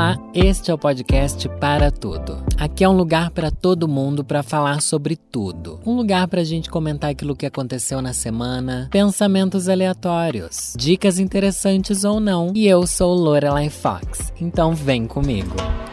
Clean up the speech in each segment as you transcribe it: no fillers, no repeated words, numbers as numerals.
Olá, este é o podcast Para Tudo. Aqui é um lugar para todo mundo para falar sobre tudo. Um lugar para a gente comentar aquilo que aconteceu na semana, pensamentos aleatórios, dicas interessantes ou não. E eu sou Lorelai Fox, então vem comigo.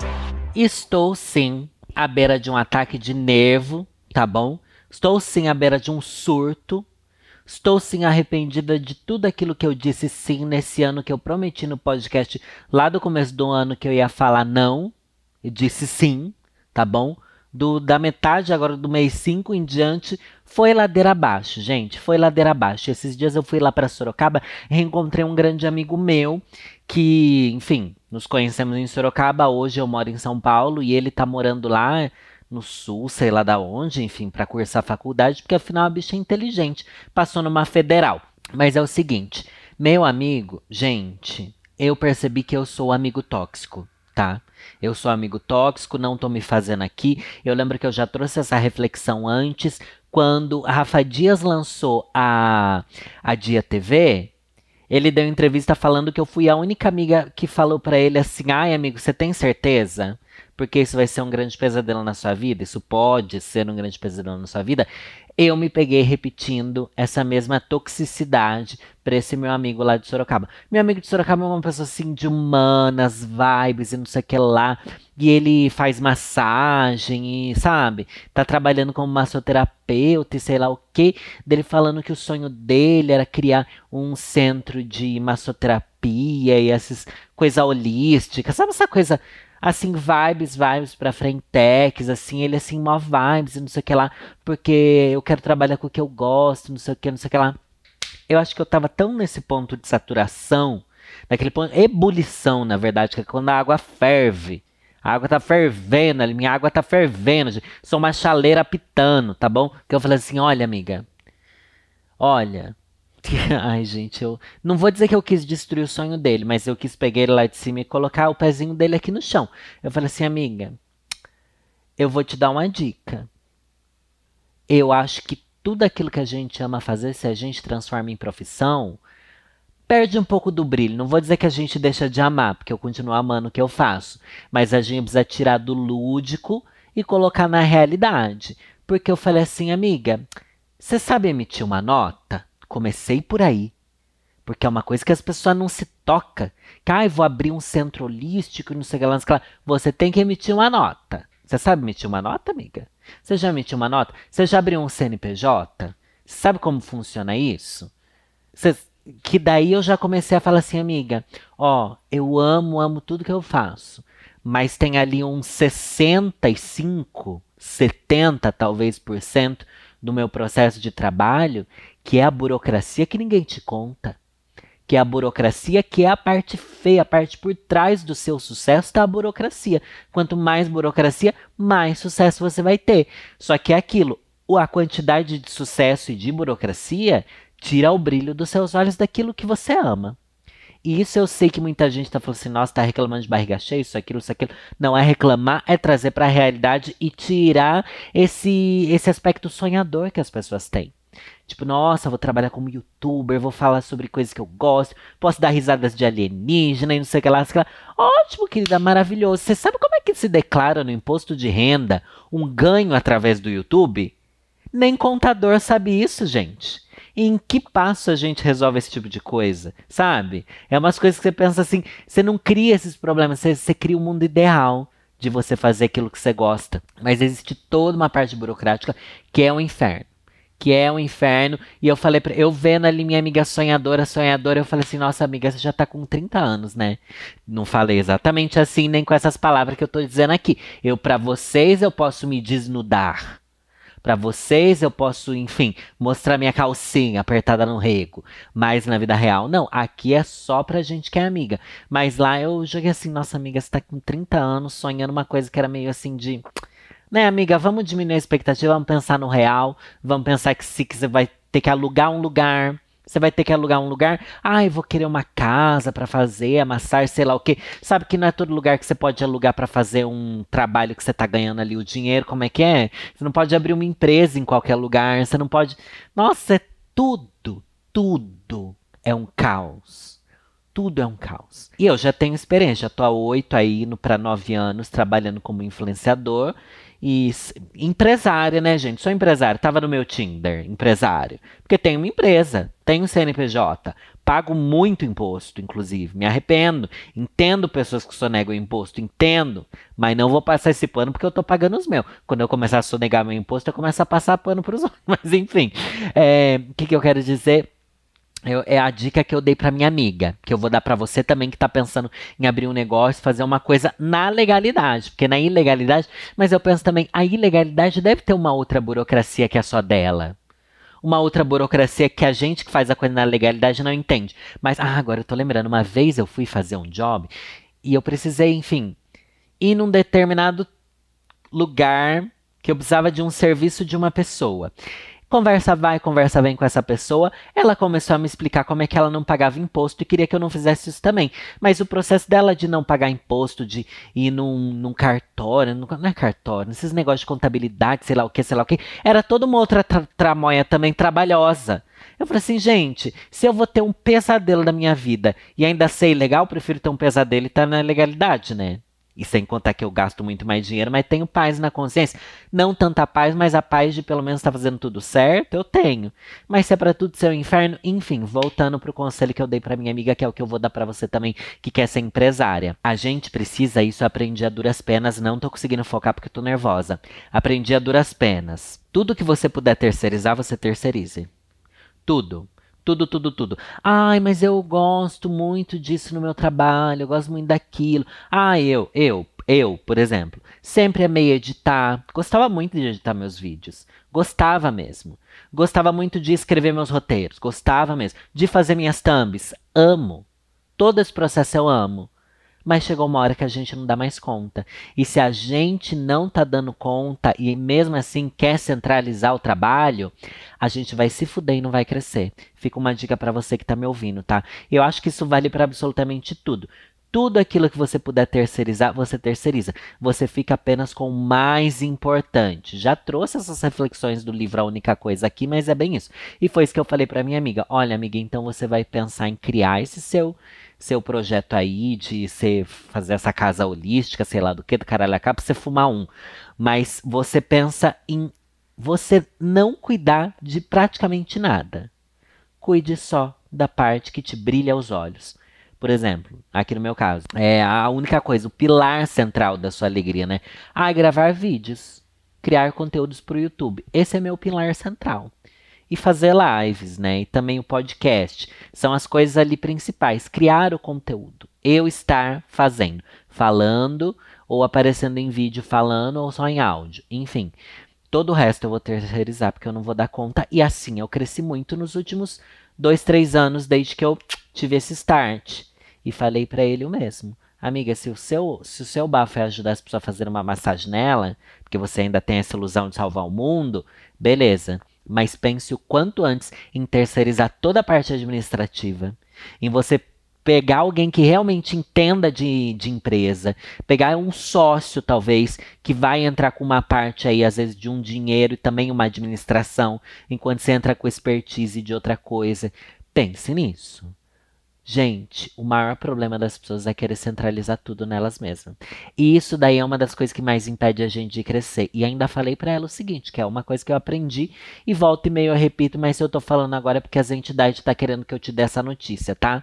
Estou sim à beira de um ataque de nervo, tá bom? Estou sim à beira de um surto. Estou sim arrependida de tudo aquilo que eu disse sim nesse ano que eu prometi no podcast lá do começo do ano que eu ia falar não. Eu disse sim, tá bom? Da metade agora do mês 5 em diante foi ladeira abaixo, gente. Foi ladeira abaixo. Esses dias eu fui lá para Sorocaba e reencontrei um grande amigo meu que, enfim, nos conhecemos em Sorocaba. Hoje eu moro em São Paulo e ele tá morando lá no sul, sei lá da onde, enfim, para cursar faculdade, porque afinal a bicha é inteligente, passou numa federal. Mas é o seguinte, meu amigo, gente, eu percebi que eu sou amigo tóxico, tá? Eu sou amigo tóxico, não tô me fazendo aqui. Eu lembro que eu já trouxe essa reflexão antes, quando a Rafa Dias lançou a Dia TV. Ele deu entrevista falando que eu fui a única amiga que falou pra ele assim: ai, amigo, você tem certeza? Porque isso vai ser um grande pesadelo na sua vida, isso pode ser um grande pesadelo na sua vida. Eu me peguei repetindo essa mesma toxicidade pra esse meu amigo lá de Sorocaba. Meu amigo de Sorocaba é uma pessoa assim de humanas, vibes e não sei o que lá. E ele faz massagem e, sabe, tá trabalhando como massoterapeuta e sei lá o que. Dele falando que o sonho dele era criar um centro de massoterapia e essas coisas holísticas. Sabe essa coisa assim, vibes pra frentex, assim, ele assim, mó vibes e não sei o que lá, porque eu quero trabalhar com o que eu gosto, não sei o que lá. Eu acho que eu tava tão nesse ponto de saturação, naquele ponto, ebulição, na verdade, que é quando a água ferve. A água tá fervendo ali, minha água tá fervendo, gente. Sou uma chaleira pitando, tá bom? Que eu falei assim, olha, amiga, olha... Ai, gente, eu não vou dizer que eu quis destruir o sonho dele, mas eu quis pegar ele lá de cima e colocar o pezinho dele aqui no chão. Eu falei assim, amiga, eu vou te dar uma dica. Eu acho que tudo aquilo que a gente ama fazer, se a gente transforma em profissão, perde um pouco do brilho. Não vou dizer que a gente deixa de amar, porque eu continuo amando o que eu faço, mas a gente precisa tirar do lúdico e colocar na realidade. Porque eu falei assim, amiga, você sabe emitir uma nota? Comecei por aí, porque é uma coisa que as pessoas não se tocam. Que, ai, vou abrir um centro holístico e não sei o que lá, não sei o que lá. Você tem que emitir uma nota. Você sabe emitir uma nota, amiga? Você já emitiu uma nota? Você já abriu um CNPJ? Você sabe como funciona isso? Que daí eu já comecei a falar assim, amiga, ó, eu amo tudo que eu faço, mas tem ali uns 65, 70 talvez por cento do meu processo de trabalho, que é a burocracia que ninguém te conta. Que é a burocracia, que é a parte feia, a parte por trás do seu sucesso está a burocracia. Quanto mais burocracia, mais sucesso você vai ter. Só que é aquilo, a quantidade de sucesso e de burocracia tira o brilho dos seus olhos daquilo que você ama. E isso eu sei que muita gente está falando assim, nossa, tá reclamando de barriga cheia, isso, aquilo. Não é reclamar, é trazer para a realidade e tirar esse aspecto sonhador que as pessoas têm. Tipo, nossa, vou trabalhar como youtuber, vou falar sobre coisas que eu gosto, posso dar risadas de alienígena e não sei o que lá, não sei o que lá. Ótimo, querida, maravilhoso. Você sabe como é que se declara no imposto de renda um ganho através do YouTube? Nem contador sabe isso, gente. E em que passo a gente resolve esse tipo de coisa, sabe? É umas coisas que você pensa assim, você não cria esses problemas, você cria um mundo ideal de você fazer aquilo que você gosta. Mas existe toda uma parte burocrática que é um inferno. Que é um inferno, e eu falei eu vendo ali minha amiga sonhadora, eu falei assim, nossa amiga, você já tá com 30 anos, né? Não falei exatamente assim, nem com essas palavras que eu tô dizendo aqui. Pra vocês eu posso me desnudar. Pra vocês eu posso, enfim, mostrar minha calcinha apertada no rego. Mas na vida real, não. Aqui é só pra gente que é amiga. Mas lá eu joguei assim, nossa amiga, você tá com 30 anos sonhando uma coisa que era meio assim de... Né, amiga, vamos diminuir a expectativa, vamos pensar no real, vamos pensar que se você vai ter que alugar um lugar, ai, vou querer uma casa pra fazer, amassar, sei lá o quê. Sabe que não é todo lugar que você pode alugar pra fazer um trabalho que você tá ganhando ali o dinheiro, como é que é? Você não pode abrir uma empresa em qualquer lugar, você não pode... Nossa, é tudo é um caos. Tudo é um caos. E eu já tenho experiência, já tô há 8 aí, indo para 9 anos, trabalhando como influenciador e empresária, né, gente? Sou empresário, tava no meu Tinder, empresário. Porque tenho uma empresa, tenho CNPJ, pago muito imposto, inclusive, me arrependo. Entendo pessoas que sonegam imposto, entendo, mas não vou passar esse pano porque eu tô pagando os meus. Quando eu começar a sonegar meu imposto, eu começo a passar pano pros outros. Mas enfim, o que eu quero dizer? É a dica que eu dei pra minha amiga, que eu vou dar pra você também que tá pensando em abrir um negócio, fazer uma coisa na legalidade, porque na ilegalidade, mas eu penso também, a ilegalidade deve ter uma outra burocracia que é só dela. Uma outra burocracia que a gente que faz a coisa na legalidade não entende. Mas, agora eu tô lembrando, uma vez eu fui fazer um job e eu precisei, enfim, ir num determinado lugar que eu precisava de um serviço de uma pessoa. Conversa vai, conversa vem com essa pessoa. Ela começou a me explicar como é que ela não pagava imposto e queria que eu não fizesse isso também. Mas o processo dela de não pagar imposto, de ir num cartório, não é cartório, nesses negócios de contabilidade, sei lá o que, era toda uma outra tramóia também trabalhosa. Eu falei assim, gente, se eu vou ter um pesadelo da minha vida e ainda ser ilegal, prefiro ter um pesadelo e estar na legalidade, né? E sem contar que eu gasto muito mais dinheiro, mas tenho paz na consciência. Não tanta paz, mas a paz de pelo menos estar fazendo tudo certo, eu tenho. Mas se é pra tudo ser um inferno, enfim, voltando pro conselho que eu dei pra minha amiga, que é o que eu vou dar pra você também, que quer ser empresária. A gente precisa, isso eu aprendi a duras penas, não tô conseguindo focar porque tô nervosa. Aprendi a duras penas. Tudo que você puder terceirizar, você terceirize. Tudo. Tudo, tudo, tudo. Ai, mas eu gosto muito disso no meu trabalho, eu gosto muito daquilo. Eu, por exemplo, sempre amei editar. Gostava muito de editar meus vídeos. Gostava mesmo. Gostava muito de escrever meus roteiros. Gostava mesmo. De fazer minhas thumbs. Amo. Todo esse processo eu amo. Mas chegou uma hora que a gente não dá mais conta. E se a gente não tá dando conta e mesmo assim quer centralizar o trabalho, a gente vai se fuder e não vai crescer. Fica uma dica pra você que tá me ouvindo, tá? Eu acho que isso vale pra absolutamente tudo. Tudo aquilo que você puder terceirizar, você terceiriza. Você fica apenas com o mais importante. Já trouxe essas reflexões do livro A Única Coisa aqui, mas é bem isso. E foi isso que eu falei pra minha amiga. Olha, amiga, então você vai pensar em criar esse seu projeto aí de fazer essa casa holística, sei lá do que, do caralho a cabo, pra você fumar um. Mas você pensa em você não cuidar de praticamente nada. Cuide só da parte que te brilha aos olhos. Por exemplo, aqui no meu caso, é a única coisa, o pilar central da sua alegria, né? Gravar vídeos, criar conteúdos para o YouTube. Esse é meu pilar central. E fazer lives, né? E também o podcast. São as coisas ali principais. Criar o conteúdo. Eu estar fazendo. Falando, ou aparecendo em vídeo falando, ou só em áudio. Enfim, todo o resto eu vou terceirizar, porque eu não vou dar conta. E assim, eu cresci muito nos últimos 2, 3 anos, desde que eu tive esse start. E falei pra ele o mesmo. Amiga, se o seu bafo é ajudar as pessoas a fazer uma massagem nela, porque você ainda tem essa ilusão de salvar o mundo, beleza. Mas pense o quanto antes em terceirizar toda a parte administrativa. Em você pegar alguém que realmente entenda de empresa. Pegar um sócio, talvez, que vai entrar com uma parte aí, às vezes, de um dinheiro e também uma administração, enquanto você entra com expertise de outra coisa. Pense nisso. Gente, o maior problema das pessoas é querer centralizar tudo nelas mesmas. E isso daí é uma das coisas que mais impede a gente de crescer. E ainda falei pra ela o seguinte, que é uma coisa que eu aprendi e volta e meio eu repito, mas eu tô falando agora porque as entidades tá querendo que eu te dê essa notícia, tá?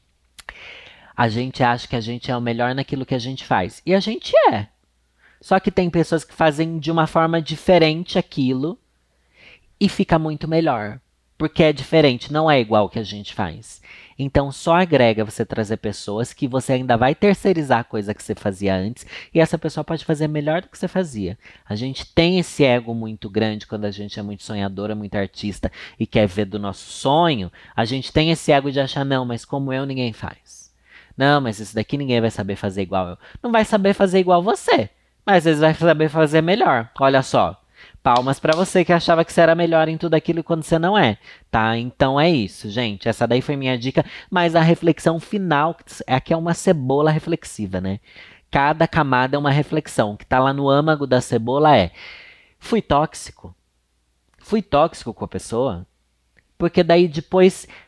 A gente acha que a gente é o melhor naquilo que a gente faz. E a gente é. Só que tem pessoas que fazem de uma forma diferente aquilo e fica muito melhor. Porque é diferente, não é igual o que a gente faz. Então, só agrega você trazer pessoas que você ainda vai terceirizar a coisa que você fazia antes e essa pessoa pode fazer melhor do que você fazia. A gente tem esse ego muito grande quando a gente é muito sonhadora, muito artista e quer ver do nosso sonho. A gente tem esse ego de achar, não, mas como eu, ninguém faz. Não, mas isso daqui ninguém vai saber fazer igual eu. Não vai saber fazer igual você, mas às vezes vai saber fazer melhor. Olha só. Palmas pra você que achava que você era melhor em tudo aquilo quando você não é, tá? Então é isso, gente. Essa daí foi minha dica, mas a reflexão final, aqui é uma cebola reflexiva, né? Cada camada é uma reflexão. O que tá lá no âmago da cebola é: fui tóxico? Fui tóxico com a pessoa? Porque daí depois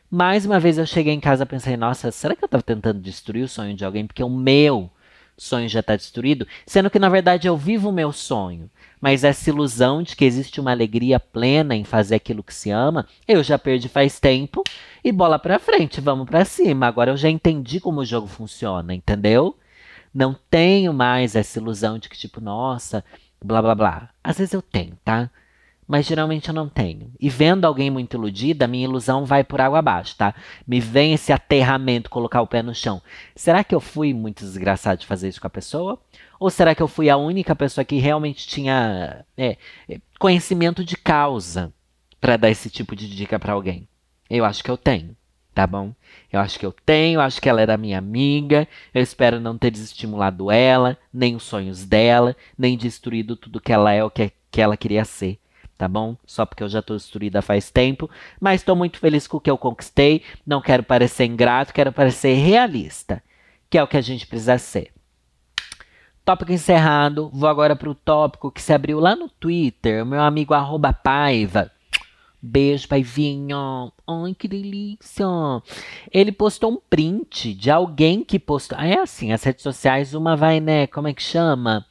Mais uma vez eu cheguei em casa e pensei, nossa, será que eu tava tentando destruir o sonho de alguém? Porque o meu sonho já tá destruído, sendo que na verdade eu vivo o meu sonho. Mas essa ilusão de que existe uma alegria plena em fazer aquilo que se ama, eu já perdi faz tempo e bola pra frente, vamos pra cima. Agora eu já entendi como o jogo funciona, entendeu? Não tenho mais essa ilusão de que tipo, nossa, blá blá blá. Às vezes eu tenho, tá? Mas geralmente eu não tenho. E vendo alguém muito iludida, minha ilusão vai por água abaixo, tá? Me vem esse aterramento, colocar o pé no chão. Será que eu fui muito desgraçado de fazer isso com a pessoa? Ou será que eu fui a única pessoa que realmente tinha conhecimento de causa para dar esse tipo de dica para alguém? Eu acho que eu tenho, tá bom? Eu acho que eu tenho, acho que ela era minha amiga. Eu espero não ter desestimulado ela, nem os sonhos dela, nem destruído tudo que ela é ou que ela queria ser. Tá bom? Só porque eu já tô destruída faz tempo. Mas tô muito feliz com o que eu conquistei. Não quero parecer ingrato, quero parecer realista. Que é o que a gente precisa ser. Tópico encerrado. Vou agora pro tópico que se abriu lá no Twitter. Meu amigo @Paiva. Beijo, Paivinho. Ai, que delícia. Ele postou um print de alguém que postou. Ah, é assim, as redes sociais, uma vai, né? Como é que chama?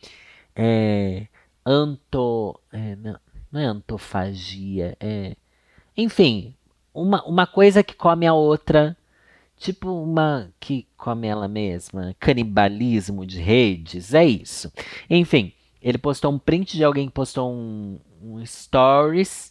Não é antofagia, enfim, uma coisa que come a outra, tipo uma que come ela mesma, canibalismo de redes, é isso. Enfim, ele postou um print de alguém que postou um stories.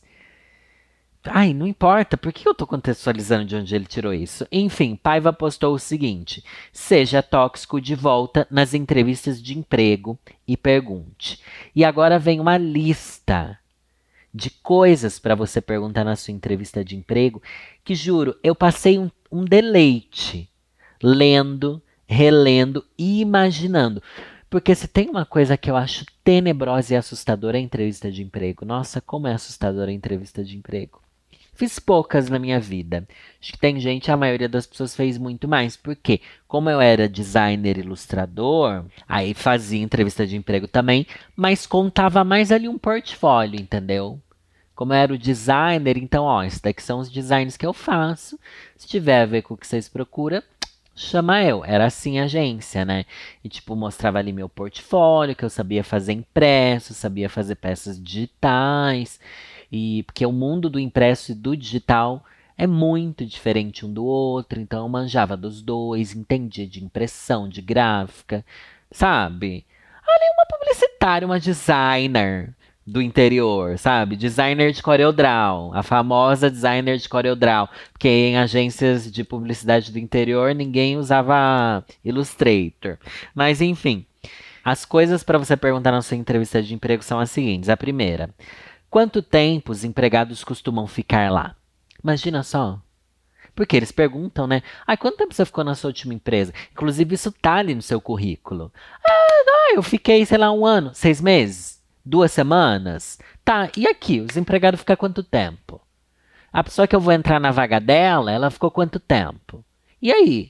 Ai, não importa, por que eu tô contextualizando de onde ele tirou isso? Enfim, Paiva postou o seguinte: seja tóxico de volta nas entrevistas de emprego e pergunte. E agora vem uma lista de coisas para você perguntar na sua entrevista de emprego, que juro, eu passei um deleite lendo, relendo e imaginando. Porque se tem uma coisa que eu acho tenebrosa e assustadora é a entrevista de emprego. Nossa, como é assustadora a entrevista de emprego. Fiz poucas na minha vida. Acho que tem gente, a maioria das pessoas fez muito mais. Porque, como eu era designer ilustrador, aí fazia entrevista de emprego também, mas contava mais ali um portfólio, entendeu? Como eu era o designer, então, ó, esses daqui são os designs que eu faço. Se tiver a ver com o que vocês procuram, chama eu. Era assim a agência, né? E, tipo, mostrava ali meu portfólio, que eu sabia fazer impresso, sabia fazer peças digitais. E porque o mundo do impresso e do digital é muito diferente um do outro, então eu manjava dos dois, entendia de impressão, de gráfica, sabe? Ali uma publicitária, uma designer do interior, sabe? Designer de CorelDRAW, a famosa designer de CorelDRAW, porque em agências de publicidade do interior ninguém usava Illustrator. Mas enfim, as coisas para você perguntar na sua entrevista de emprego são as seguintes. A primeira: quanto tempo os empregados costumam ficar lá? Imagina só. Porque eles perguntam, né? Ah, quanto tempo você ficou na sua última empresa? Inclusive, isso tá ali no seu currículo. Eu fiquei, sei lá, 1 ano, 6 meses, 2 semanas. Tá, e aqui? Os empregados ficam quanto tempo? A pessoa que eu vou entrar na vaga dela, ela ficou quanto tempo? E aí?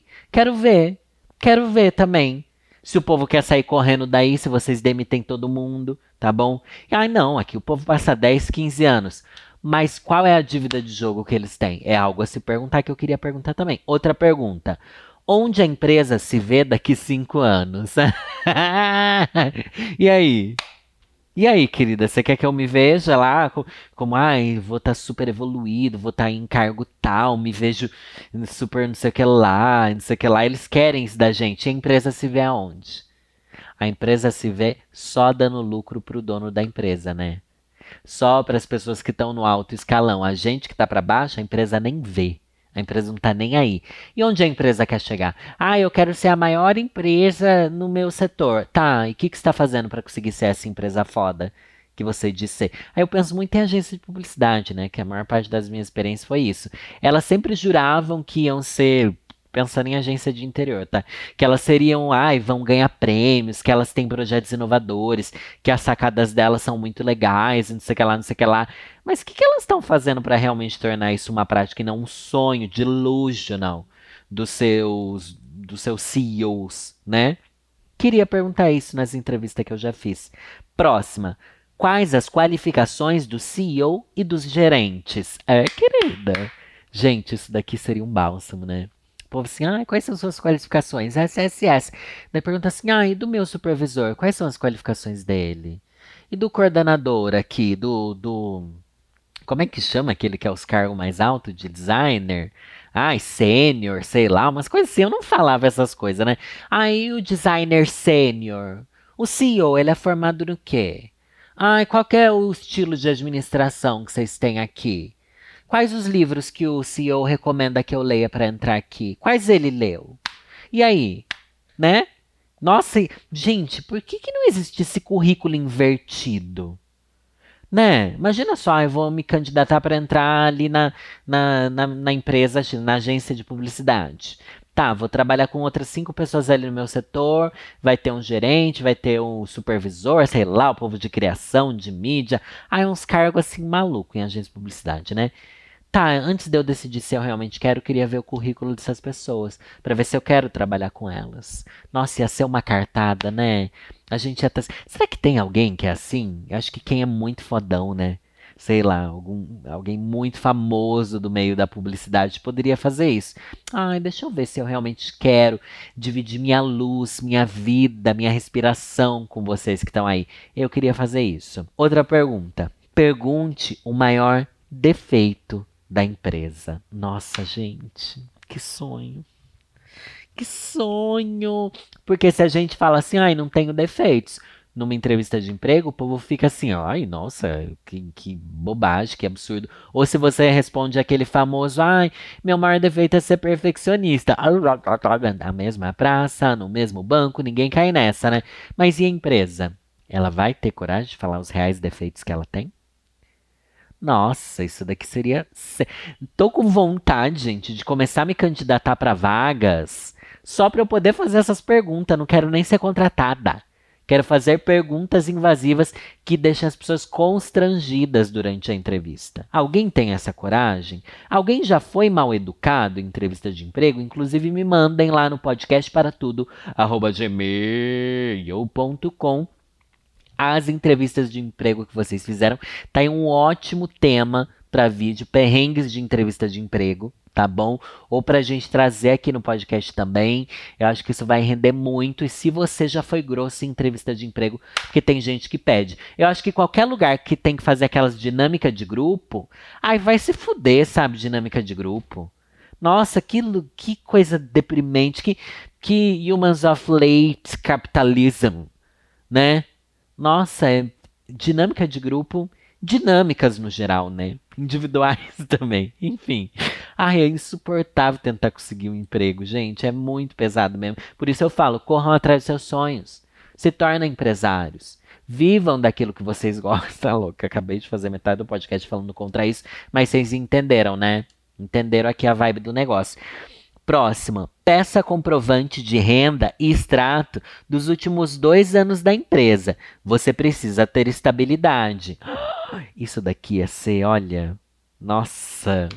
Quero ver também. Se o povo quer sair correndo daí, se vocês demitem todo mundo, tá bom? Ai, não, aqui o povo passa 10, 15 anos. Mas qual é a dívida de jogo que eles têm? É algo a se perguntar que eu queria perguntar também. Outra pergunta: onde a empresa se vê daqui 5 anos? E aí? E aí, querida, você quer que eu me veja lá como, ai, vou estar super evoluído, vou estar em cargo tal, me vejo super não sei o que lá, não sei o que lá. Eles querem isso da gente. E a empresa se vê aonde? A empresa se vê só dando lucro pro dono da empresa, né? Só para as pessoas que estão no alto escalão. A gente que está para baixo, a empresa nem vê. A empresa não está nem aí. E onde a empresa quer chegar? Ah, eu quero ser a maior empresa no meu setor. Tá, e o que você está fazendo para conseguir ser essa empresa foda que você disse ser? Aí eu penso muito em agência de publicidade, né? Que a maior parte das minhas experiências foi isso. Elas sempre juravam que iam ser, pensando em agência de interior, tá? Que elas seriam, ai, vão ganhar prêmios, que elas têm projetos inovadores, que as sacadas delas são muito legais, não sei o que lá, não sei o que lá. Mas o que elas estão fazendo para realmente tornar isso uma prática e não um sonho delusional dos seus CEOs, né? Queria perguntar isso nas entrevistas que eu já fiz. Próxima. Quais as qualificações do CEO e dos gerentes? Querida. Gente, isso daqui seria um bálsamo, né? O povo assim, quais são suas qualificações? SSS. Daí pergunta assim, e do meu supervisor, quais são as qualificações dele? E do coordenador aqui, como é que chama aquele que é os cargos mais altos de designer? Ai, sênior, sei lá, umas coisas assim. Eu não falava essas coisas, né? Aí o designer sênior. O CEO, ele é formado no quê? Ai, qual que é o estilo de administração que vocês têm aqui? Quais os livros que o CEO recomenda que eu leia para entrar aqui? Quais ele leu? E aí, né? Nossa, gente, por que não existe esse currículo invertido? Né? Imagina só, eu vou me candidatar para entrar ali na empresa, na agência de publicidade. Tá, vou trabalhar com outras 5 pessoas ali no meu setor. Vai ter um gerente, vai ter um supervisor, sei lá, o povo de criação, de mídia. Aí uns cargos assim malucos em agência de publicidade, né? Tá, antes de eu decidir se eu realmente quero, eu queria ver o currículo dessas pessoas, pra ver se eu quero trabalhar com elas. Nossa, ia ser uma cartada, né? A gente ia tá... Será que tem alguém que é assim? Eu acho que quem é muito fodão, né? Sei lá, alguém muito famoso do meio da publicidade poderia fazer isso. Ai, deixa eu ver se eu realmente quero dividir minha luz, minha vida, minha respiração com vocês que estão aí. Eu queria fazer isso. Outra pergunta. Pergunte o maior defeito da empresa. Nossa, gente, que sonho. Que sonho! Porque se a gente fala assim, ai, não tenho defeitos, numa entrevista de emprego, o povo fica assim, ai, nossa, que bobagem, que absurdo. Ou se você responde aquele famoso, ai, meu maior defeito é ser perfeccionista. Na mesma praça, no mesmo banco, ninguém cai nessa, né? Mas e a empresa? Ela vai ter coragem de falar os reais defeitos que ela tem? Nossa, isso daqui seria. Tô com vontade, gente, de começar a me candidatar para vagas só para eu poder fazer essas perguntas. Não quero nem ser contratada. Quero fazer perguntas invasivas que deixem as pessoas constrangidas durante a entrevista. Alguém tem essa coragem? Alguém já foi mal educado em entrevista de emprego? Inclusive, me mandem lá no podcast para tudo, @gmail.com as entrevistas de emprego que vocês fizeram. Tá aí um ótimo tema para vídeo, perrengues de entrevista de emprego, tá bom? Ou pra gente trazer aqui no podcast também. Eu acho que isso vai render muito. E se você já foi grosso em entrevista de emprego, porque tem gente que pede. Eu acho que qualquer lugar que tem que fazer aquelas dinâmicas de grupo, aí vai se fuder, sabe? Dinâmica de grupo. Nossa, que coisa deprimente. Que humans of late capitalism, né? Nossa, dinâmica de grupo, dinâmicas no geral, né? Individuais também, enfim. Ai, é insuportável tentar conseguir um emprego, gente, é muito pesado mesmo. Por isso eu falo, corram atrás dos seus sonhos, se tornem empresários, vivam daquilo que vocês gostam. Louca, acabei de fazer metade do podcast falando contra isso, mas vocês entenderam, né? Entenderam aqui a vibe do negócio. Próxima, peça comprovante de renda e extrato dos últimos 2 anos da empresa. Você precisa ter estabilidade. Isso daqui ia ser, olha, nossa.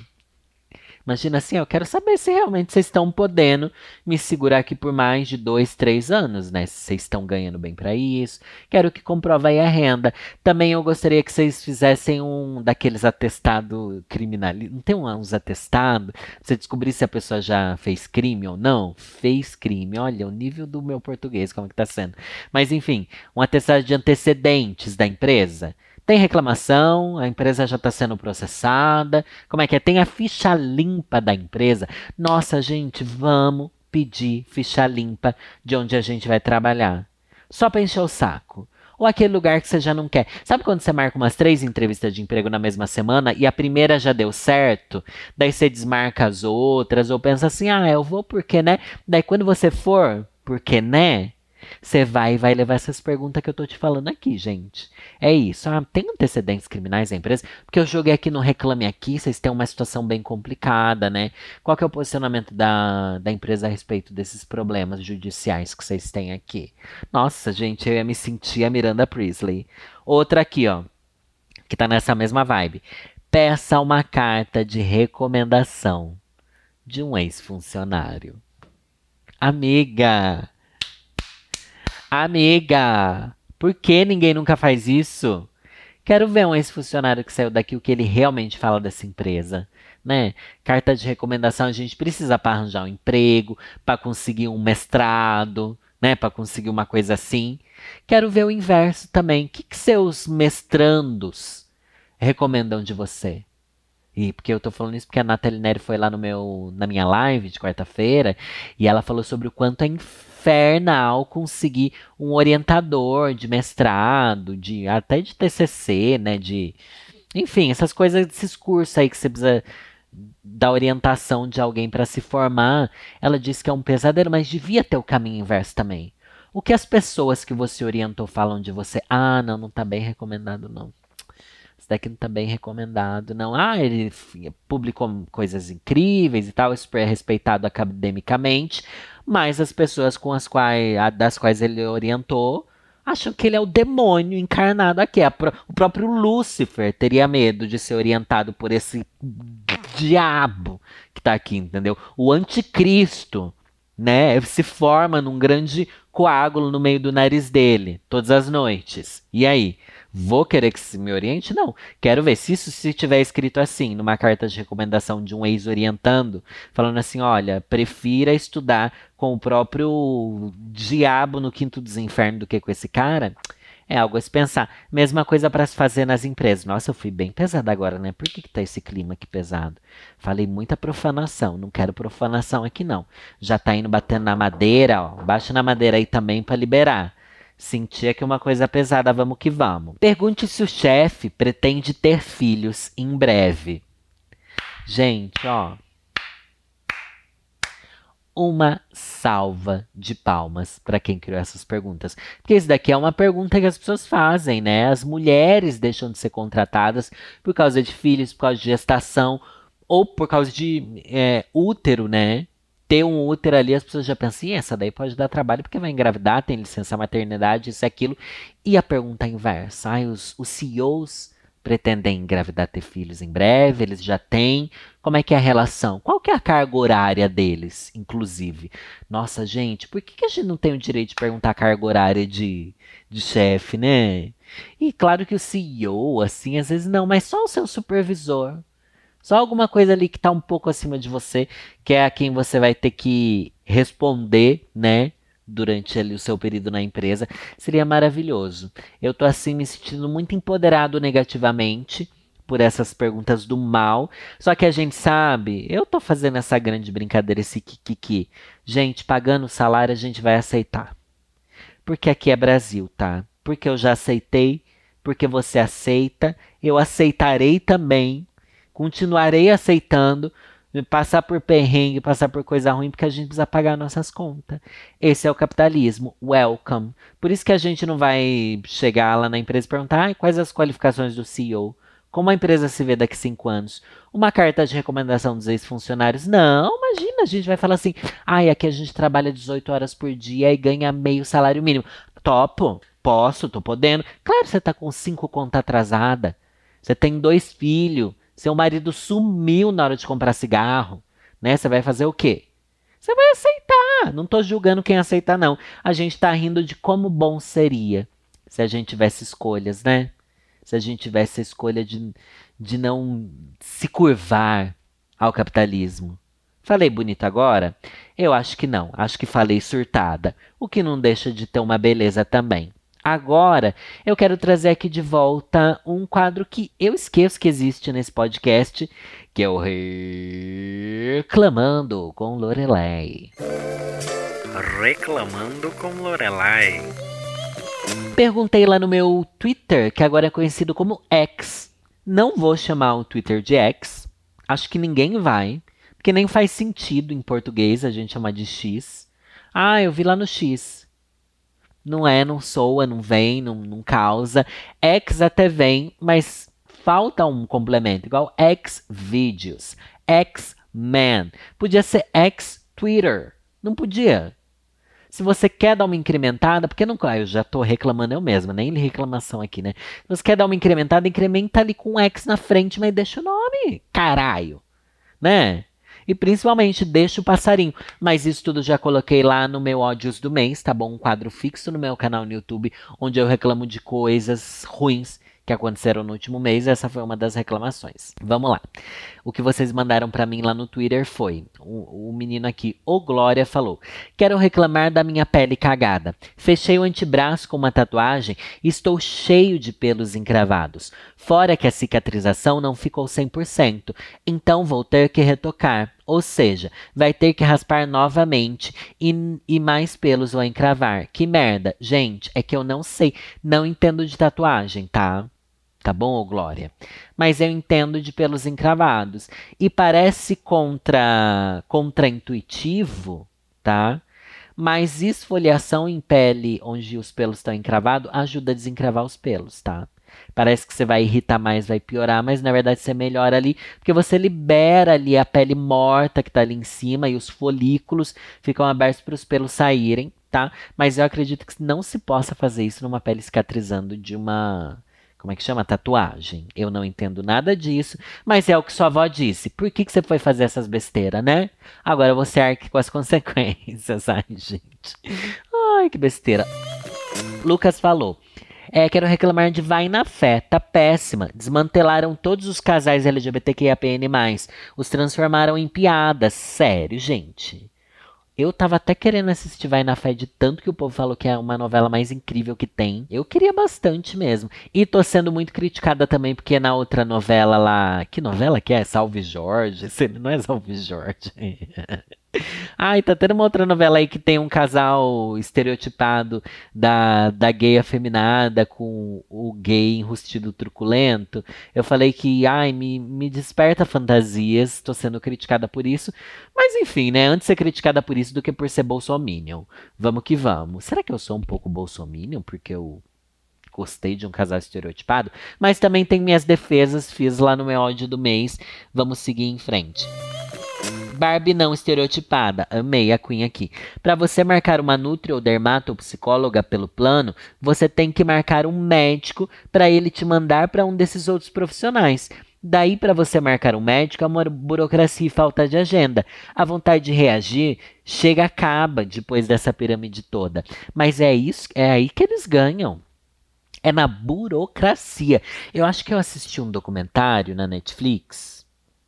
Imagina assim, eu quero saber se realmente vocês estão podendo me segurar aqui por mais de 2, 3 anos, né? Se vocês estão ganhando bem para isso. Quero que comprove aí a renda. Também eu gostaria que vocês fizessem um daqueles atestado criminalista. Não tem uns atestados? Você descobrir se a pessoa já fez crime ou não? Fez crime. Olha, o nível do meu português, como que tá sendo. Mas enfim, um atestado de antecedentes da empresa. Tem reclamação, a empresa já está sendo processada. Como é que é? Tem a ficha limpa da empresa. Nossa, gente, vamos pedir ficha limpa de onde a gente vai trabalhar. Só para encher o saco. Ou aquele lugar que você já não quer. Sabe quando você marca umas 3 entrevistas de emprego na mesma semana e a primeira já deu certo? Daí você desmarca as outras ou pensa assim, eu vou porque, né? Daí quando você for, porque, né? Você vai e vai levar essas perguntas que eu tô te falando aqui, gente. É isso. Tem antecedentes criminais na empresa? Porque eu joguei aqui no Reclame Aqui, vocês têm uma situação bem complicada, né? Qual que é o posicionamento da empresa a respeito desses problemas judiciais que vocês têm aqui? Nossa, gente, eu ia me sentir a Miranda Priestley. Outra aqui, ó, que tá nessa mesma vibe. Peça uma carta de recomendação de um ex-funcionário. Amiga! Amiga, por que ninguém nunca faz isso? Quero ver um ex-funcionário que saiu daqui, o que ele realmente fala dessa empresa. né? Carta de recomendação a gente precisa para arranjar um emprego, para conseguir um mestrado, né? Para conseguir uma coisa assim. Quero ver o inverso também. O que seus mestrandos recomendam de você? E porque eu tô falando isso porque a Nathalie Neri foi lá na minha live de quarta-feira e ela falou sobre o quanto é infernal conseguir um orientador de mestrado, até de TCC, né, enfim, essas coisas, esses cursos aí que você precisa da orientação de alguém para se formar. Ela disse que é um pesadelo, mas devia ter o caminho inverso também. O que as pessoas que você orientou falam de você? Ah, não tá bem recomendado não. Isso daqui não tá bem recomendado, não. Ah, ele publicou coisas incríveis e tal, é super respeitado academicamente, mas as pessoas das quais ele orientou acham que ele é o demônio encarnado aqui. O próprio Lúcifer teria medo de ser orientado por esse diabo que tá aqui, entendeu? O anticristo, né, se forma num grande coágulo no meio do nariz dele, todas as noites. E aí? Vou querer que se me oriente? Não. Quero ver se tiver escrito assim, numa carta de recomendação de um ex-orientando, falando assim, olha, prefira estudar com o próprio diabo no quinto dos infernos do que com esse cara. É algo a se pensar. Mesma coisa para se fazer nas empresas. Nossa, eu fui bem pesada agora, né? Por que tá esse clima aqui pesado? Falei muita profanação. Não quero profanação aqui, não. Já tá indo batendo na madeira, ó. Baixa na madeira aí também para liberar. Sentia que uma coisa pesada, vamos que vamos. Pergunte se o chefe pretende ter filhos em breve. Gente, ó. Uma salva de palmas para quem criou essas perguntas. Porque isso daqui é uma pergunta que as pessoas fazem, né? As mulheres deixam de ser contratadas por causa de filhos, por causa de gestação, ou por causa de útero, né? Ter um útero ali, as pessoas já pensam, essa daí pode dar trabalho porque vai engravidar, tem licença maternidade, isso e aquilo. E a pergunta inversa, os CEOs pretendem engravidar, ter filhos em breve, eles já têm. Como é que é a relação? Qual que é a carga horária deles, inclusive? Nossa, gente, por que a gente não tem o direito de perguntar a carga horária de chefe, né? E claro que o CEO, assim, às vezes não, mas só o seu supervisor. Só alguma coisa ali que está um pouco acima de você, que é a quem você vai ter que responder, né? Durante ali o seu período na empresa. Seria maravilhoso. Eu tô assim me sentindo muito empoderado negativamente por essas perguntas do mal. Só que a gente sabe, eu tô fazendo essa grande brincadeira, esse kikiki. Gente, pagando o salário a gente vai aceitar. Porque aqui é Brasil, tá? Porque eu já aceitei, porque você aceita, eu aceitarei também. Continuarei aceitando passar por perrengue, passar por coisa ruim, porque a gente precisa pagar nossas contas. Esse é o capitalismo. Welcome. Por isso que a gente não vai chegar lá na empresa e perguntar quais as qualificações do CEO. Como a empresa se vê daqui a 5 anos? Uma carta de recomendação dos ex-funcionários? Não, imagina, a gente vai falar assim, aqui a gente trabalha 18 horas por dia e ganha meio salário mínimo. Topo, posso, tô podendo. Claro, você tá com 5 contas atrasada. Você tem 2 filhos. Seu marido sumiu na hora de comprar cigarro, né? Você vai fazer o quê? Você vai aceitar. Não tô julgando quem aceitar, não. A gente tá rindo de como bom seria se a gente tivesse escolhas, né? Se a gente tivesse a escolha de não se curvar ao capitalismo. Falei bonito agora? Eu acho que não. Acho que falei surtada. O que não deixa de ter uma beleza também. Agora, eu quero trazer aqui de volta um quadro que eu esqueço que existe nesse podcast, que é o Reclamando com Lorelai. Reclamando com Lorelai. Perguntei lá no meu Twitter, que agora é conhecido como X. Não vou chamar o Twitter de X. Acho que ninguém vai, porque nem faz sentido em português a gente chamar de X. Eu vi lá no X. Não soa, não vem, não causa. X até vem, mas falta um complemento, igual X-Videos, X-Men. Podia ser X-Twitter. Não podia. Se você quer dar uma incrementada, porque não. Eu já tô reclamando eu mesma, nem reclamação aqui, né? Se você quer dar uma incrementada, incrementa ali com X na frente, mas deixa o nome. Caralho. Né? E principalmente, deixa o passarinho. Mas isso tudo já coloquei lá no meu Ódios do Mês, tá bom? Um quadro fixo no meu canal no YouTube, onde eu reclamo de coisas ruins que aconteceram no último mês. Essa foi uma das reclamações. Vamos lá. O que vocês mandaram pra mim lá no Twitter foi, o menino aqui, o Glória, falou: quero reclamar da minha pele cagada. Fechei o antebraço com uma tatuagem e estou cheio de pelos encravados. Fora que a cicatrização não ficou 100%, então vou ter que retocar. Ou seja, vai ter que raspar novamente e mais pelos vão encravar. Que merda. Gente, é que eu não sei, não entendo de tatuagem, tá? Tá bom, ô Glória? Mas eu entendo de pelos encravados. E parece contraintuitivo, tá? Mas esfoliação em pele onde os pelos estão encravados ajuda a desencravar os pelos, tá? Parece que você vai irritar mais, vai piorar, mas na verdade você melhora ali, porque você libera ali a pele morta que tá ali em cima e os folículos ficam abertos para os pelos saírem, tá? Mas eu acredito que não se possa fazer isso numa pele cicatrizando de uma, como é que chama? Tatuagem. Eu não entendo nada disso, mas é o que sua avó disse. Por que você foi fazer essas besteiras, né? Agora você arque com as consequências. Ai, gente. Ai, que besteira. Lucas falou: quero reclamar de Vai na Fé, tá péssima. Desmantelaram todos os casais LGBTQIAPN+. Os transformaram em piadas. Sério, gente. Eu tava até querendo assistir Vai na Fé de tanto que o povo falou que é uma novela mais incrível que tem. Eu queria bastante mesmo. E tô sendo muito criticada também, porque na outra novela lá... Que novela que é? Salve Jorge? Não é Salve Jorge. Ai, tá tendo uma outra novela aí que tem um casal estereotipado da gay afeminada com o gay enrustido truculento. Eu falei que, ai, me desperta fantasias, tô sendo criticada por isso. Mas enfim, né, antes de ser criticada por isso do que por ser bolsominion. Vamos que vamos. Será que eu sou um pouco bolsominion porque eu gostei de um casal estereotipado? Mas também tem minhas defesas, fiz lá no meu ódio do mês. Vamos seguir em frente. Barbie não estereotipada. Amei a Queen aqui. Para você marcar uma nutri ou dermato ou psicóloga pelo plano, você tem que marcar um médico para ele te mandar para um desses outros profissionais. Daí, para você marcar um médico, é uma burocracia e falta de agenda. A vontade de reagir chega, acaba depois dessa pirâmide toda. Mas é isso, é aí que eles ganham. É na burocracia. Eu acho que eu assisti um documentário na Netflix.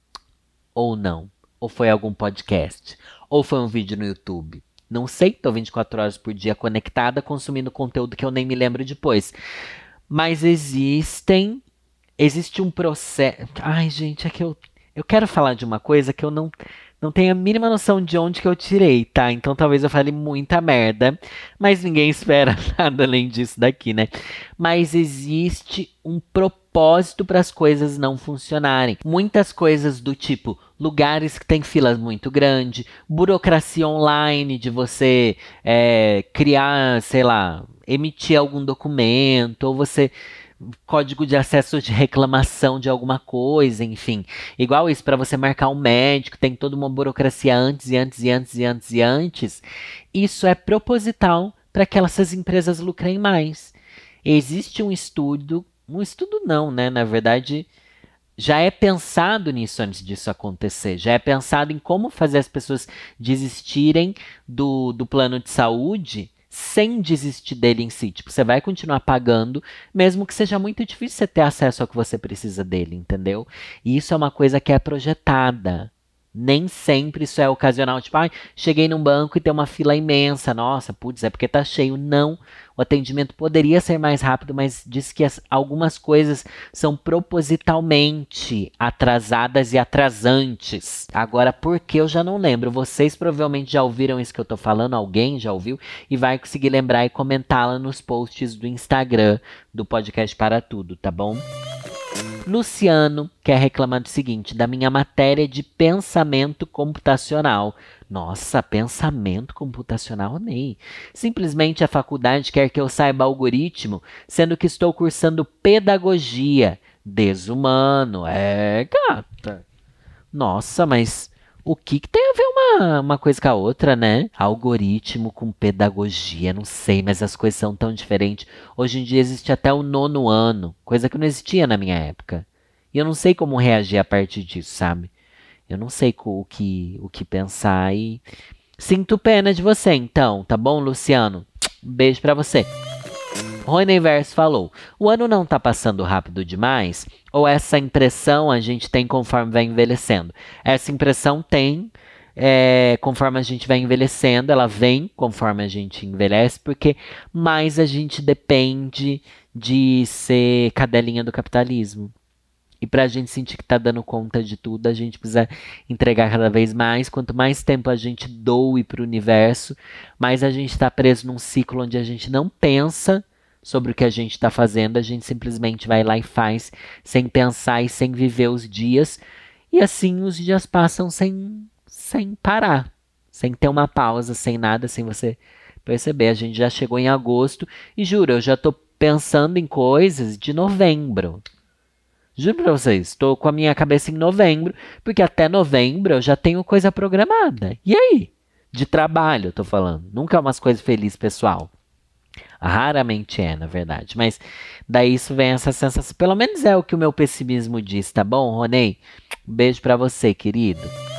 Ou não. Ou foi algum podcast? Ou foi um vídeo no YouTube? Não sei, tô 24 horas por dia conectada, consumindo conteúdo que eu nem me lembro depois. Mas existe um processo... Ai, gente, é que eu quero falar de uma coisa que eu não tenho a mínima noção de onde que eu tirei, tá? Então talvez eu fale muita merda, mas ninguém espera nada além disso daqui, né? Mas existe um propósito para as coisas não funcionarem. Muitas coisas do tipo lugares que tem filas muito grande, burocracia online de você criar, sei lá, emitir algum documento, ou você código de acesso de reclamação de alguma coisa, enfim. Igual isso, para você marcar um médico, tem toda uma burocracia antes e antes e antes e antes e antes. Isso é proposital para que essas empresas lucrem mais. Existe um estudo não, né? Na verdade, já é pensado nisso antes disso acontecer. Já é pensado em como fazer as pessoas desistirem do plano de saúde sem desistir dele em si. Tipo, você vai continuar pagando, mesmo que seja muito difícil você ter acesso ao que você precisa dele, entendeu? E isso é uma coisa que é projetada. Nem sempre isso é ocasional. Tipo, cheguei num banco e tem uma fila imensa. Nossa, putz, é porque tá cheio. Não. O atendimento poderia ser mais rápido, mas diz que algumas coisas são propositalmente atrasadas e atrasantes. Agora, por que eu já não lembro? Vocês provavelmente já ouviram isso que eu tô falando. Alguém já ouviu? E vai conseguir lembrar e comentá-la nos posts do Instagram do Podcast Para Tudo, tá bom? Luciano quer reclamar do seguinte, da minha matéria de pensamento computacional. Nossa, pensamento computacional, amei. Simplesmente a faculdade quer que eu saiba algoritmo, sendo que estou cursando pedagogia. Desumano. Gata. Nossa, mas o que tem a ver uma coisa com a outra, né? Algoritmo com pedagogia, não sei, mas as coisas são tão diferentes. Hoje em dia existe até o 9º ano, coisa que não existia na minha época. E eu não sei como reagir a partir disso, sabe? Eu não sei o que pensar e sinto pena de você, então, tá bom, Luciano? Um beijo pra você. Rony Verso falou, o ano não tá passando rápido demais? Ou essa impressão a gente tem conforme vai envelhecendo? Essa impressão tem, conforme a gente vai envelhecendo, ela vem conforme a gente envelhece, porque mais a gente depende de ser cadelinha do capitalismo. E para a gente sentir que está dando conta de tudo, a gente precisa entregar cada vez mais. Quanto mais tempo a gente doe para o universo, mais a gente está preso num ciclo onde a gente não pensa sobre o que a gente está fazendo. A gente simplesmente vai lá e faz, sem pensar e sem viver os dias. E assim os dias passam sem parar, sem ter uma pausa, sem nada, sem você perceber. A gente já chegou em agosto e juro, eu já estou pensando em coisas de novembro. Juro pra vocês, estou com a minha cabeça em novembro, porque até novembro eu já tenho coisa programada. E aí? De trabalho, eu tô falando. Nunca é umas coisas felizes, pessoal. Raramente é, na verdade. Mas daí isso vem essa sensação. Pelo menos é o que o meu pessimismo diz, tá bom, Ronei? Um beijo pra você, querido.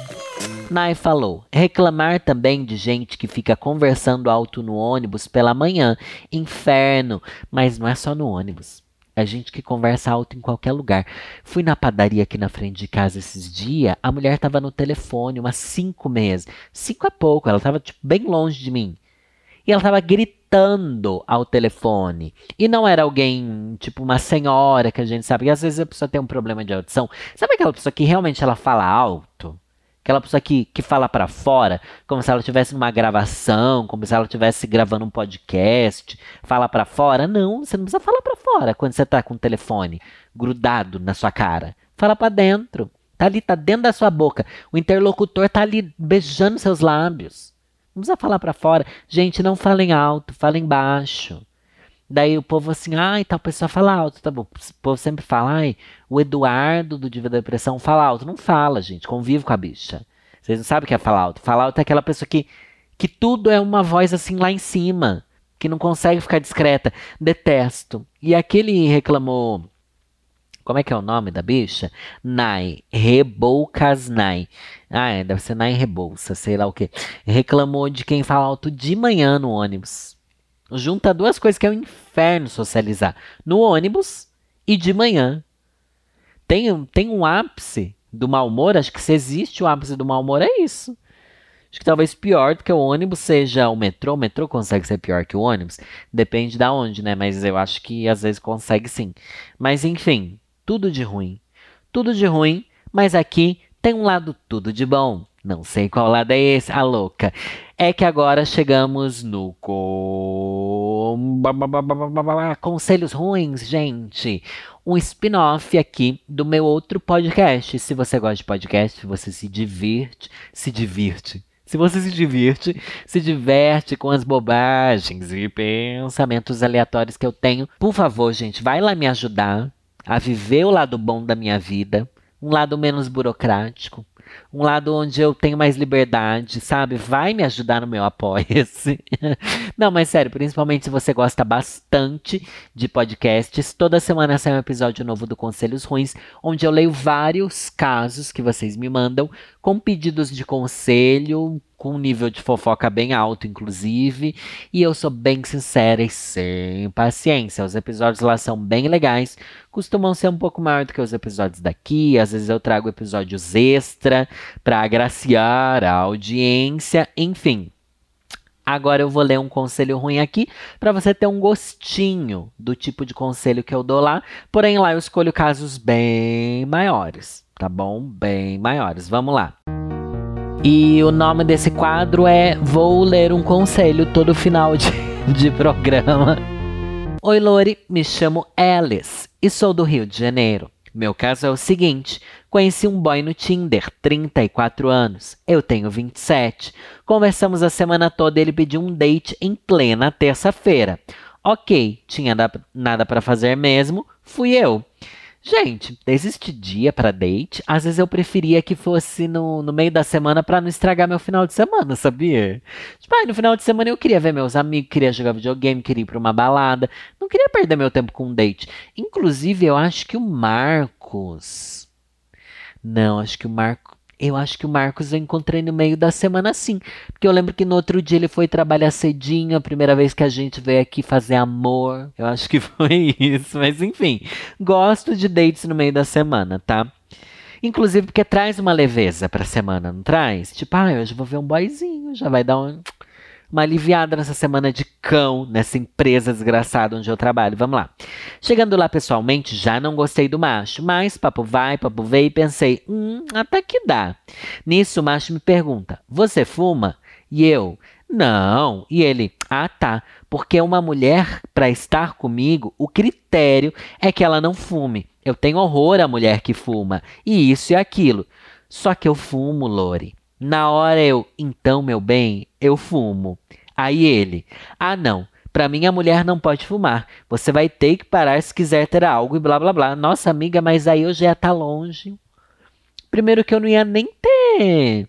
Nai falou, reclamar também de gente que fica conversando alto no ônibus pela manhã. Inferno. Mas não é só no ônibus. É gente que conversa alto em qualquer lugar. Fui na padaria aqui na frente de casa esses dias. A mulher tava no telefone umas 5 meses. 5 é pouco. Ela tava tipo, bem longe de mim. E ela tava gritando ao telefone. E não era alguém, tipo uma senhora que a gente sabe. Porque às vezes a pessoa tem um problema de audição. Sabe aquela pessoa que realmente ela fala alto? Aquela pessoa que fala pra fora, como se ela estivesse numa gravação, como se ela estivesse gravando um podcast, fala pra fora. Não, você não precisa falar pra fora quando você tá com o telefone grudado na sua cara. Fala pra dentro. Tá ali, tá dentro da sua boca. O interlocutor tá ali beijando seus lábios. Não precisa falar pra fora. Gente, não falem alto, falem baixo. Daí o povo assim, ai, tal pessoa fala alto, tá bom. O povo sempre fala, ai, o Eduardo do Diva da Depressão fala alto. Não fala, gente, convive com a bicha. Vocês não sabem o que é falar alto. Falar alto é aquela pessoa que tudo é uma voz assim lá em cima, que não consegue ficar discreta. Detesto. E aquele reclamou, como é que é o nome da bicha? Nai, Reboucas Nai. Ah, deve ser Nai Rebouça, sei lá o quê. Reclamou de quem fala alto de manhã no ônibus. Junta duas coisas que é um inferno socializar. No ônibus e de manhã. Tem um ápice do mau humor. Acho que se existe o ápice do mau humor é isso. Acho que talvez pior do que o ônibus seja o metrô. O metrô consegue ser pior que o ônibus. Depende da onde, né? Mas eu acho que às vezes consegue sim. Mas enfim, tudo de ruim. Tudo de ruim, mas aqui tem um lado tudo de bom. Não sei qual lado é esse, a louca. É que agora chegamos no Conselhos Ruins, gente. Um spin-off aqui do meu outro podcast. Se você gosta de podcast, se você se diverte. Se você se diverte com as bobagens e pensamentos aleatórios que eu tenho. Por favor, gente, vai lá me ajudar a viver o lado bom da minha vida. Um lado menos burocrático. Um lado onde eu tenho mais liberdade, sabe? Vai me ajudar no meu Apoia-se. Não, mas sério, principalmente se você gosta bastante de podcasts. Toda semana sai um episódio novo do Conselhos Ruins, onde eu leio vários casos que vocês me mandam, com pedidos de conselho, com um nível de fofoca bem alto, inclusive. E eu sou bem sincera e sem paciência. Os episódios lá são bem legais. Costumam ser um pouco maior do que os episódios daqui. Às vezes eu trago episódios extra para agraciar a audiência. Enfim. Agora eu vou ler um conselho ruim aqui para você ter um gostinho do tipo de conselho que eu dou lá. Porém, lá eu escolho casos bem maiores, tá bom? Bem maiores. Vamos lá. E o nome desse quadro é Vou Ler um Conselho todo final de programa. Oi, Lori, me chamo Alice e sou do Rio de Janeiro. Meu caso é o seguinte, conheci um boy no Tinder, 34 anos, eu tenho 27. Conversamos a semana toda e ele pediu um date em plena terça-feira. Ok, tinha nada pra fazer mesmo, fui eu. Gente, existe dia pra date? Às vezes eu preferia que fosse no meio da semana pra não estragar meu final de semana, sabia? Tipo, no final de semana eu queria ver meus amigos, queria jogar videogame, queria ir pra uma balada. Não queria perder meu tempo com um date. Inclusive, eu acho que o Marcos... Não, acho que o Marco... Eu acho que o Marcos eu encontrei no meio da semana sim. Porque eu lembro que no outro dia ele foi trabalhar cedinho, a primeira vez que a gente veio aqui fazer amor. Eu acho que foi isso. Mas enfim, gosto de dates no meio da semana, tá? Inclusive porque traz uma leveza pra semana, não traz? Tipo, hoje eu vou ver um boyzinho, já vai dar uma aliviada nessa semana de cão, nessa empresa desgraçada onde eu trabalho. Vamos lá. Chegando lá pessoalmente, já não gostei do macho, mas papo vai, papo veio e pensei, até que dá. Nisso o macho me pergunta, você fuma? E eu, não. E ele, tá. Porque uma mulher, para estar comigo, o critério é que ela não fume. Eu tenho horror à mulher que fuma. E isso e aquilo. Só que eu fumo, Lore. Na hora então, meu bem, eu fumo. Aí ele, não. Pra mim, a mulher não pode fumar. Você vai ter que parar se quiser ter algo e blá blá blá. Nossa, amiga, mas aí eu já ia estar longe. Primeiro que eu não ia nem ter.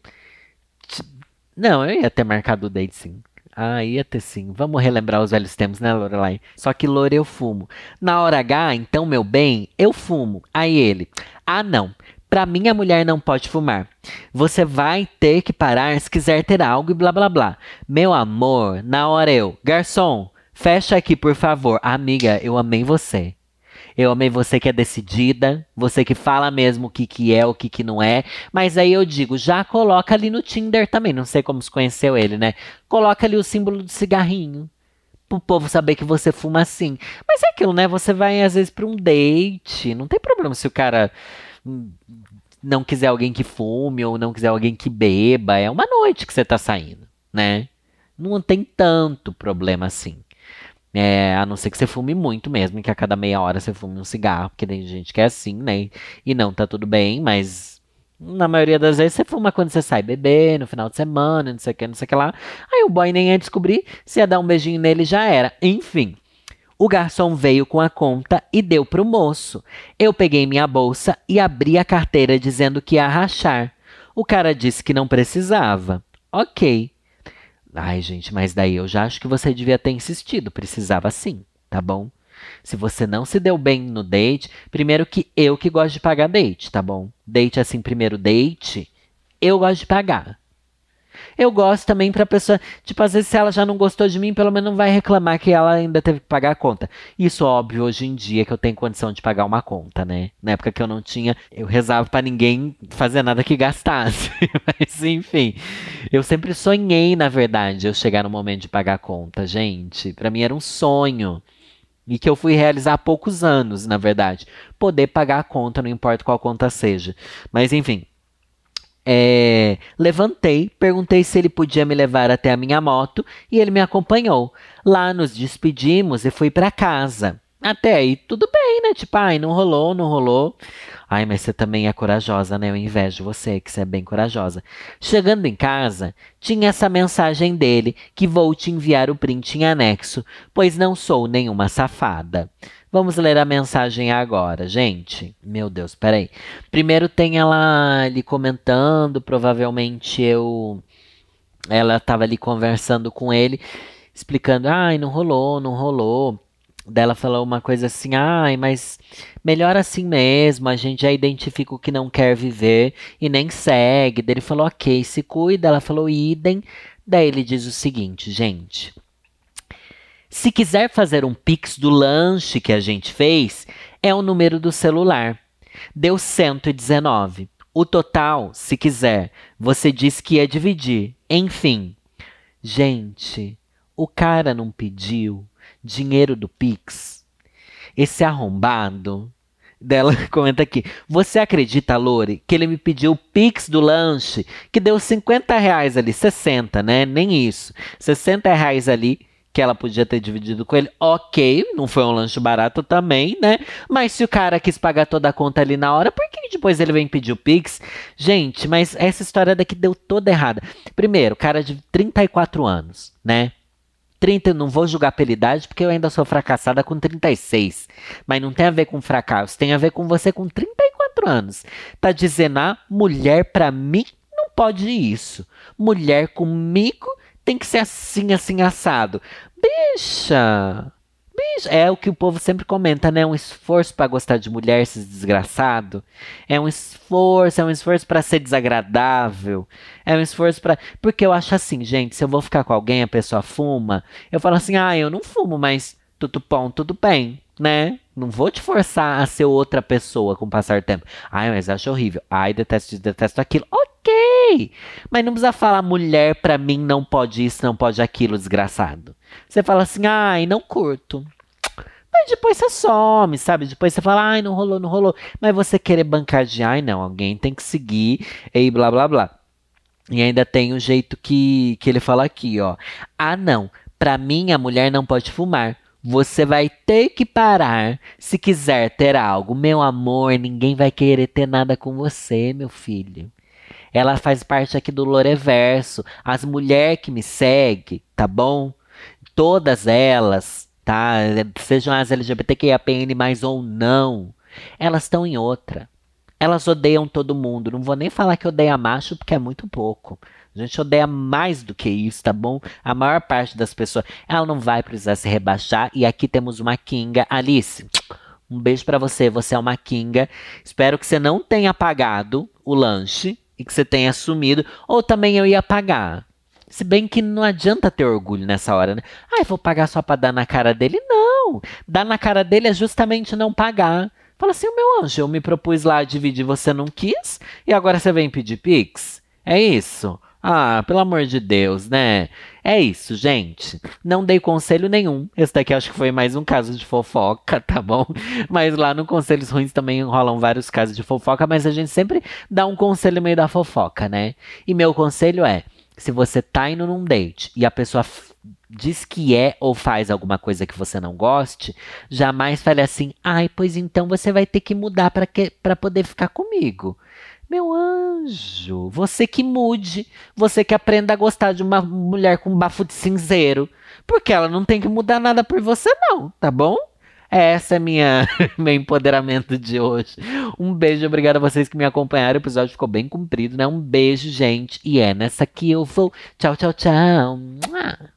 Não, eu ia ter marcado o date sim. Ia ter sim. Vamos relembrar os velhos tempos, né, Lorelai? Só que, Lore, eu fumo. Na hora H, então, meu bem, eu fumo. Aí ele, não. Pra mim, a mulher não pode fumar. Você vai ter que parar se quiser ter algo e blá blá blá. Meu amor, na hora garçom, fecha aqui, por favor. Amiga, eu amei você. Eu amei você que é decidida, você que fala mesmo o que é, o que não é. Mas aí eu digo, já coloca ali no Tinder também. Não sei como se conheceu ele, né? Coloca ali o símbolo do cigarrinho. Pro povo saber que você fuma assim. Mas é aquilo, né? Você vai às vezes pra um date. Não tem problema se o cara não quiser alguém que fume ou não quiser alguém que beba. É uma noite que você tá saindo, né? Não tem tanto problema assim. A não ser que você fume muito mesmo, que a cada meia hora você fume um cigarro, porque tem gente que é assim, né? E não, tá tudo bem, mas na maioria das vezes você fuma quando você sai beber, no final de semana, não sei o que, não sei o que lá. Aí o boy nem ia descobrir, se ia dar um beijinho nele já era. Enfim, o garçom veio com a conta e deu pro moço. Eu peguei minha bolsa e abri a carteira dizendo que ia rachar. O cara disse que não precisava. Ok. Ai, gente, mas daí eu já acho que você devia ter insistido. Precisava sim, tá bom? Se você não se deu bem no date, primeiro que eu que gosto de pagar date, tá bom? Date assim, primeiro date, eu gosto de pagar. Eu gosto também pra pessoa, tipo, às vezes se ela já não gostou de mim, pelo menos não vai reclamar que ela ainda teve que pagar a conta. Isso, óbvio, hoje em dia que eu tenho condição de pagar uma conta, né? Na época que eu não tinha, eu rezava pra ninguém fazer nada que gastasse. Mas, enfim, eu sempre sonhei, na verdade, eu chegar no momento de pagar a conta, gente. Pra mim era um sonho. E que eu fui realizar há poucos anos, na verdade. Poder pagar a conta, não importa qual conta seja. Mas, enfim. Levantei, perguntei se ele podia me levar até a minha moto e ele me acompanhou. Lá nos despedimos e fui para casa. Até aí tudo bem, né? Tipo, não rolou, não rolou. Ai, mas você também é corajosa, né? Eu invejo você, que você é bem corajosa. Chegando em casa, tinha essa mensagem dele, que vou te enviar o print em anexo, pois não sou nenhuma safada. Vamos ler a mensagem agora, gente. Meu Deus, peraí. Primeiro tem ela ali comentando, provavelmente ela estava ali conversando com ele, explicando, não rolou, não rolou. Daí ela falou uma coisa assim, mas melhor assim mesmo, a gente já identifica o que não quer viver e nem segue. Daí ele falou, ok, se cuida. Ela falou, idem. Daí ele diz o seguinte, gente. Se quiser fazer um pix do lanche que a gente fez, é o número do celular. Deu 119. O total, se quiser, você disse que ia dividir. Enfim. Gente, o cara não pediu dinheiro do Pix. Esse arrombado dela comenta aqui. Você acredita, Lore, que ele me pediu o Pix do lanche, que deu R$ 50 ali, 60, né? Nem isso. R$ 60 ali, que ela podia ter dividido com ele. Ok, não foi um lanche barato também, né? Mas se o cara quis pagar toda a conta ali na hora, por que depois ele vem pedir o Pix? Gente, mas essa história daqui deu toda errada. Primeiro, cara de 34 anos, né? 30, não vou julgar pela idade, porque eu ainda sou fracassada com 36. Mas não tem a ver com fracasso, tem a ver com você com 34 anos. Tá dizendo, mulher pra mim não pode isso. Mulher comigo tem que ser assim, assim, assado. Bicha, Gente, é o que o povo sempre comenta, né? Um esforço pra gostar de mulher, esses desgraçado. É um esforço pra ser desagradável. É um esforço pra. Porque eu acho assim, gente, se eu vou ficar com alguém, a pessoa fuma, eu falo assim, eu não fumo, mas tudo bom, tudo bem, né? Não vou te forçar a ser outra pessoa com o passar do tempo. Ai, mas acho horrível. Ai, detesto isso, detesto aquilo. Ok! Mas não precisa falar mulher pra mim não pode isso, não pode aquilo, desgraçado. Você fala assim, ai, não curto. Mas depois você some, sabe? Depois você fala, ai, não rolou, não rolou. Mas você querer bancar de, ai, não, alguém tem que seguir e blá, blá, blá. E ainda tem o jeito que ele fala aqui, ó. Ah, não. Pra mim, a mulher não pode fumar. Você vai ter que parar se quiser ter algo. Meu amor, ninguém vai querer ter nada com você, meu filho. Ela faz parte aqui do Loreverso. As mulheres que me seguem, tá bom? Todas elas, tá? Sejam as LGBTQIAPN+, ou não, elas estão em outra. Elas odeiam todo mundo. Não vou nem falar que odeia macho, porque é muito pouco. A gente odeia mais do que isso, tá bom? A maior parte das pessoas. Ela não vai precisar se rebaixar. E aqui temos uma Kinga. Alice, um beijo pra você. Você é uma Kinga. Espero que você não tenha pagado o lanche e que você tenha sumido. Ou também eu ia pagar. Se bem que não adianta ter orgulho nessa hora, né? Eu vou pagar só pra dar na cara dele? Não. Dar na cara dele é justamente não pagar. Fala assim, meu anjo, eu me propus lá a dividir, você não quis, e agora você vem pedir Pix? É isso? Pelo amor de Deus, né? É isso, gente. Não dei conselho nenhum. Esse daqui acho que foi mais um caso de fofoca, tá bom? Mas lá no Conselhos Ruins também rolam vários casos de fofoca, mas a gente sempre dá um conselho meio da fofoca, né? E meu conselho é, se você tá indo num date e a pessoa diz que é ou faz alguma coisa que você não goste, jamais fale assim, pois então você vai ter que mudar pra poder ficar comigo. Meu anjo, você que mude, você que aprenda a gostar de uma mulher com bafo de cinzeiro, porque ela não tem que mudar nada por você não, tá bom? Essa é meu empoderamento de hoje. Um beijo, obrigado a vocês que me acompanharam. O episódio ficou bem comprido, né? Um beijo, gente. E é nessa que eu vou. Tchau, tchau, tchau.